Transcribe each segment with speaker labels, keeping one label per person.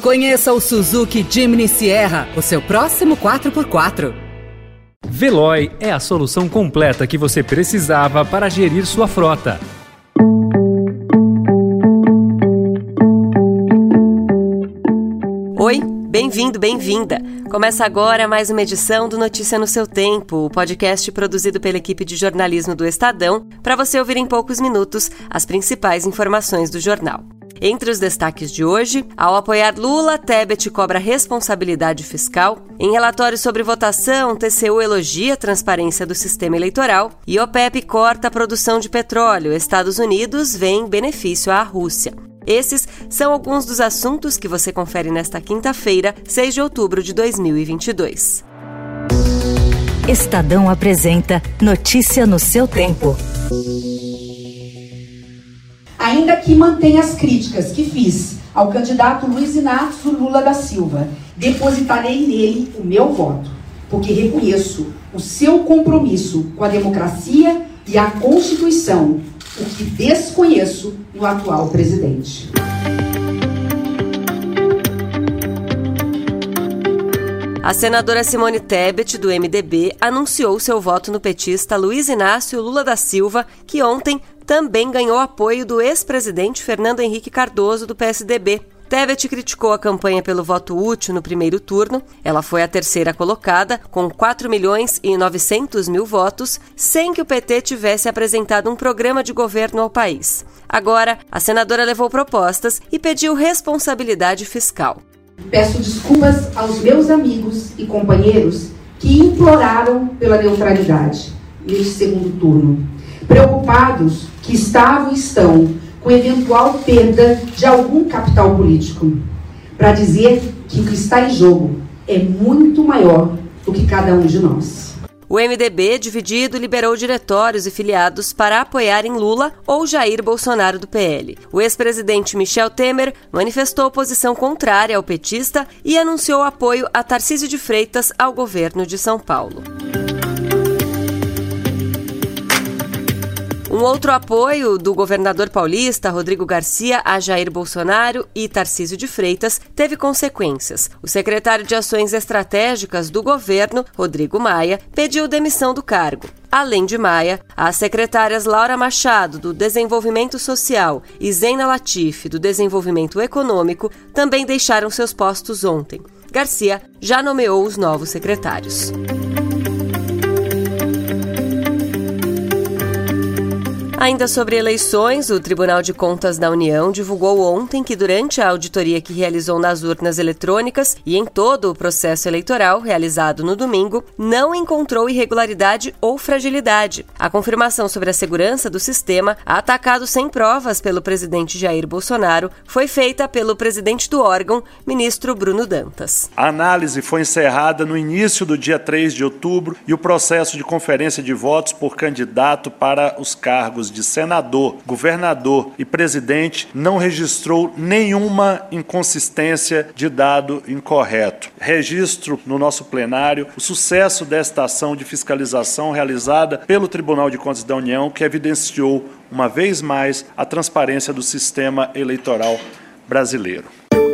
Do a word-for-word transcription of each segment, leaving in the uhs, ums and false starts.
Speaker 1: Conheça o Suzuki Jimny Sierra, o seu próximo quatro por quatro.
Speaker 2: Veloy é a solução completa que você precisava para gerir sua frota.
Speaker 3: Oi, bem-vindo, bem-vinda. Começa agora mais uma edição do Notícia no Seu Tempo, o podcast produzido pela equipe de jornalismo do Estadão, para você ouvir em poucos minutos as principais informações do jornal. Entre os destaques de hoje, ao apoiar Lula, Tebet cobra responsabilidade fiscal. Em relatório sobre votação, T C U elogia a transparência do sistema eleitoral. E OPEP corta a produção de petróleo. Estados Unidos vêem benefício à Rússia. Esses são alguns dos assuntos que você confere nesta quinta-feira, seis de outubro de dois mil e vinte e dois.
Speaker 4: Estadão apresenta Notícia no Seu Tempo.
Speaker 5: Ainda que mantenha as críticas que fiz ao candidato Luiz Inácio Lula da Silva, depositarei nele o meu voto, porque reconheço o seu compromisso com a democracia e a Constituição, o que desconheço no atual presidente.
Speaker 3: A senadora Simone Tebet, do M D B, anunciou seu voto no petista Luiz Inácio Lula da Silva, que ontem também ganhou apoio do ex-presidente Fernando Henrique Cardoso, do P S D B. Tebet criticou a campanha pelo voto útil no primeiro turno. Ela foi a terceira colocada, com quatro milhões e novecentos mil votos, sem que o P T tivesse apresentado um programa de governo ao país. Agora, a senadora levou propostas e pediu responsabilidade fiscal.
Speaker 5: Peço desculpas aos meus amigos e companheiros que imploraram pela neutralidade neste segundo turno, preocupados que estavam e estão com eventual perda de algum capital político, para dizer que o que está em jogo é muito maior do que cada um de nós.
Speaker 3: O M D B, dividido, liberou diretórios e filiados para apoiarem Lula ou Jair Bolsonaro do P L. O ex-presidente Michel Temer manifestou posição contrária ao petista e anunciou apoio a Tarcísio de Freitas ao governo de São Paulo. Um outro apoio do governador paulista, Rodrigo Garcia, a Jair Bolsonaro e Tarcísio de Freitas teve consequências. O secretário de Ações Estratégicas do governo, Rodrigo Maia, pediu demissão do cargo. Além de Maia, as secretárias Laura Machado, do Desenvolvimento Social, e Zena Latifi, do Desenvolvimento Econômico, também deixaram seus postos ontem. Garcia já nomeou os novos secretários. Ainda sobre eleições, o Tribunal de Contas da União divulgou ontem que durante a auditoria que realizou nas urnas eletrônicas e em todo o processo eleitoral realizado no domingo, não encontrou irregularidade ou fragilidade. A confirmação sobre a segurança do sistema, atacado sem provas pelo presidente Jair Bolsonaro, foi feita pelo presidente do órgão, ministro Bruno Dantas.
Speaker 6: A análise foi encerrada no início do dia três de outubro e o processo de conferência de votos por candidato para os cargos de senador, governador e presidente não registrou nenhuma inconsistência de dado incorreto. Registro no nosso plenário o sucesso desta ação de fiscalização realizada pelo Tribunal de Contas da União, que evidenciou, uma vez mais, a transparência do sistema eleitoral brasileiro.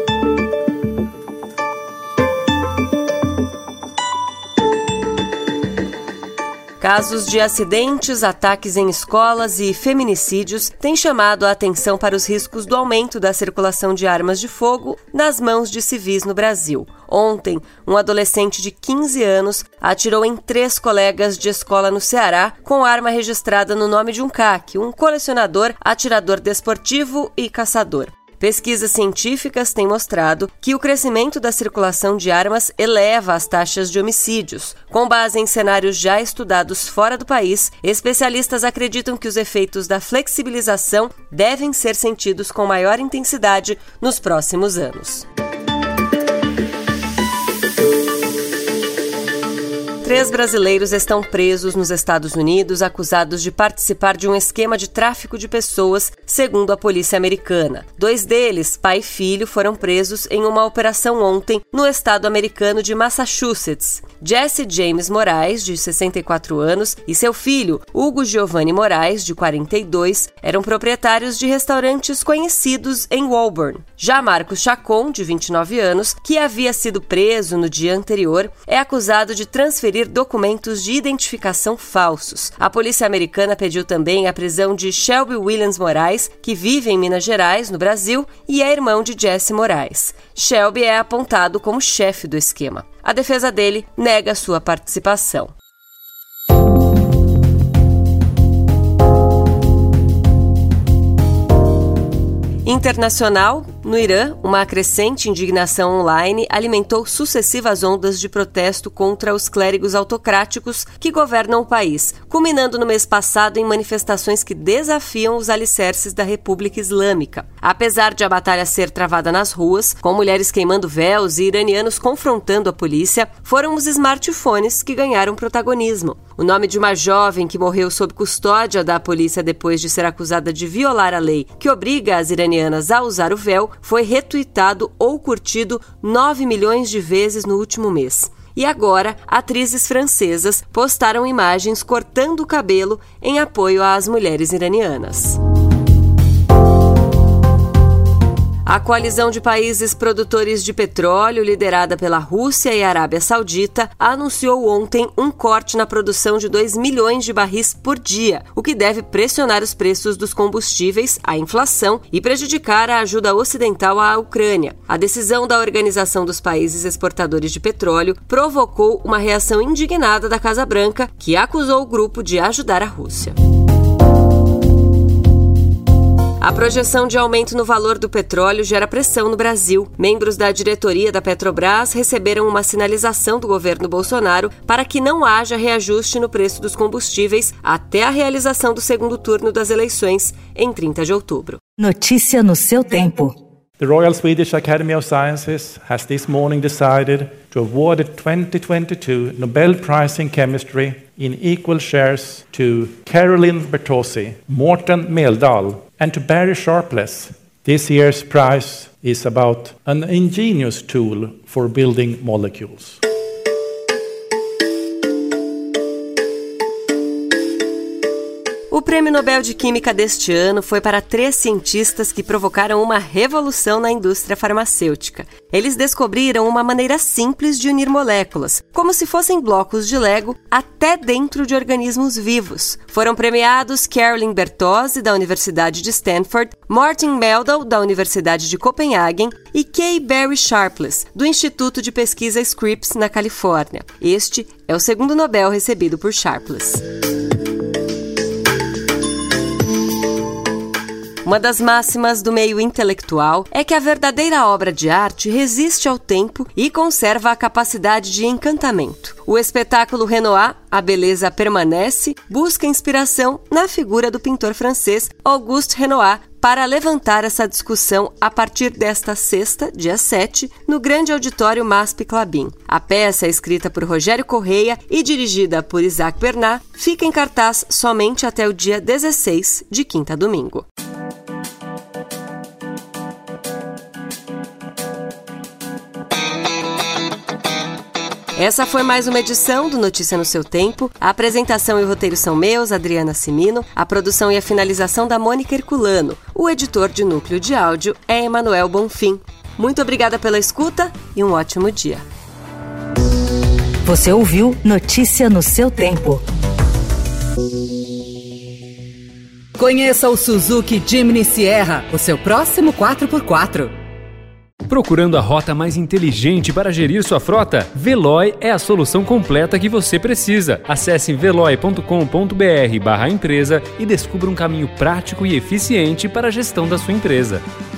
Speaker 3: Casos de acidentes, ataques em escolas e feminicídios têm chamado a atenção para os riscos do aumento da circulação de armas de fogo nas mãos de civis no Brasil. Ontem, um adolescente de quinze anos atirou em três colegas de escola no Ceará com arma registrada no nome de um C A C, um colecionador, atirador desportivo e caçador. Pesquisas científicas têm mostrado que o crescimento da circulação de armas eleva as taxas de homicídios. Com base em cenários já estudados fora do país, especialistas acreditam que os efeitos da flexibilização devem ser sentidos com maior intensidade nos próximos anos. Três brasileiros estão presos nos Estados Unidos acusados de participar de um esquema de tráfico de pessoas, segundo a polícia americana. Dois deles, pai e filho, foram presos em uma operação ontem no estado americano de Massachusetts. Jesse James Moraes, de sessenta e quatro anos, e seu filho, Hugo Giovanni Moraes, de quarenta e dois, eram proprietários de restaurantes conhecidos em Woburn. Já Marcos Chacon, de vinte e nove anos, que havia sido preso no dia anterior, é acusado de transferir documentos de identificação falsos. A polícia americana pediu também a prisão de Shelby Williams Moraes, que vive em Minas Gerais, no Brasil, e é irmão de Jesse Moraes. Shelby é apontado como chefe do esquema. A defesa dele nega sua participação. Internacional, no Irã, uma crescente indignação online alimentou sucessivas ondas de protesto contra os clérigos autocráticos que governam o país, culminando no mês passado em manifestações que desafiam os alicerces da República Islâmica. Apesar de a batalha ser travada nas ruas, com mulheres queimando véus e iranianos confrontando a polícia, foram os smartphones que ganharam protagonismo. O nome de uma jovem que morreu sob custódia da polícia depois de ser acusada de violar a lei que obriga as iranianas a usar o véu foi retuitado ou curtido nove milhões de vezes no último mês. E agora, atrizes francesas postaram imagens cortando o cabelo em apoio às mulheres iranianas. A coalizão de países produtores de petróleo, liderada pela Rússia e Arábia Saudita, anunciou ontem um corte na produção de dois milhões de barris por dia, o que deve pressionar os preços dos combustíveis, a inflação e prejudicar a ajuda ocidental à Ucrânia. A decisão da Organização dos Países Exportadores de Petróleo provocou uma reação indignada da Casa Branca, que acusou o grupo de ajudar a Rússia. A projeção de aumento no valor do petróleo gera pressão no Brasil. Membros da diretoria da Petrobras receberam uma sinalização do governo Bolsonaro para que não haja reajuste no preço dos combustíveis até a realização do segundo turno das eleições, em trinta de outubro.
Speaker 4: Notícia no seu tempo.
Speaker 7: The Royal Swedish Academy of Sciences has this morning decided to award the twenty twenty-two Nobel Prize in Chemistry in equal shares to Caroline Bertozzi, Morten Meldal, and to Barry Sharpless. This year's prize is about an ingenious tool for building molecules.
Speaker 3: O Prêmio Nobel de Química deste ano foi para três cientistas que provocaram uma revolução na indústria farmacêutica. Eles descobriram uma maneira simples de unir moléculas, como se fossem blocos de Lego, até dentro de organismos vivos. Foram premiados Caroline Bertozzi, da Universidade de Stanford, Morten Meldal, da Universidade de Copenhagen, e K. Barry Sharpless, do Instituto de Pesquisa Scripps, na Califórnia. Este é o segundo Nobel recebido por Sharpless. Uma das máximas do meio intelectual é que a verdadeira obra de arte resiste ao tempo e conserva a capacidade de encantamento. O espetáculo Renoir, A Beleza Permanece, busca inspiração na figura do pintor francês Auguste Renoir para levantar essa discussão a partir desta sexta, dia sete, no grande auditório MASP Clabin. A peça, escrita por Rogério Correia e dirigida por Isaac Bernard, fica em cartaz somente até o dia dezesseis, de quinta a domingo. Essa foi mais uma edição do Notícia no Seu Tempo. A apresentação e o roteiro são meus, Adriana Cimino. A produção e a finalização da Mônica Herculano. O editor de núcleo de áudio é Emanuel Bonfim. Muito obrigada pela escuta e um ótimo dia.
Speaker 4: Você ouviu Notícia no Seu Tempo.
Speaker 1: Conheça o Suzuki Jimny Sierra, o seu próximo quatro por quatro.
Speaker 2: Procurando a rota mais inteligente para gerir sua frota? Veloy é a solução completa que você precisa. Acesse veloy ponto com ponto br barra empresa e descubra um caminho prático e eficiente para a gestão da sua empresa.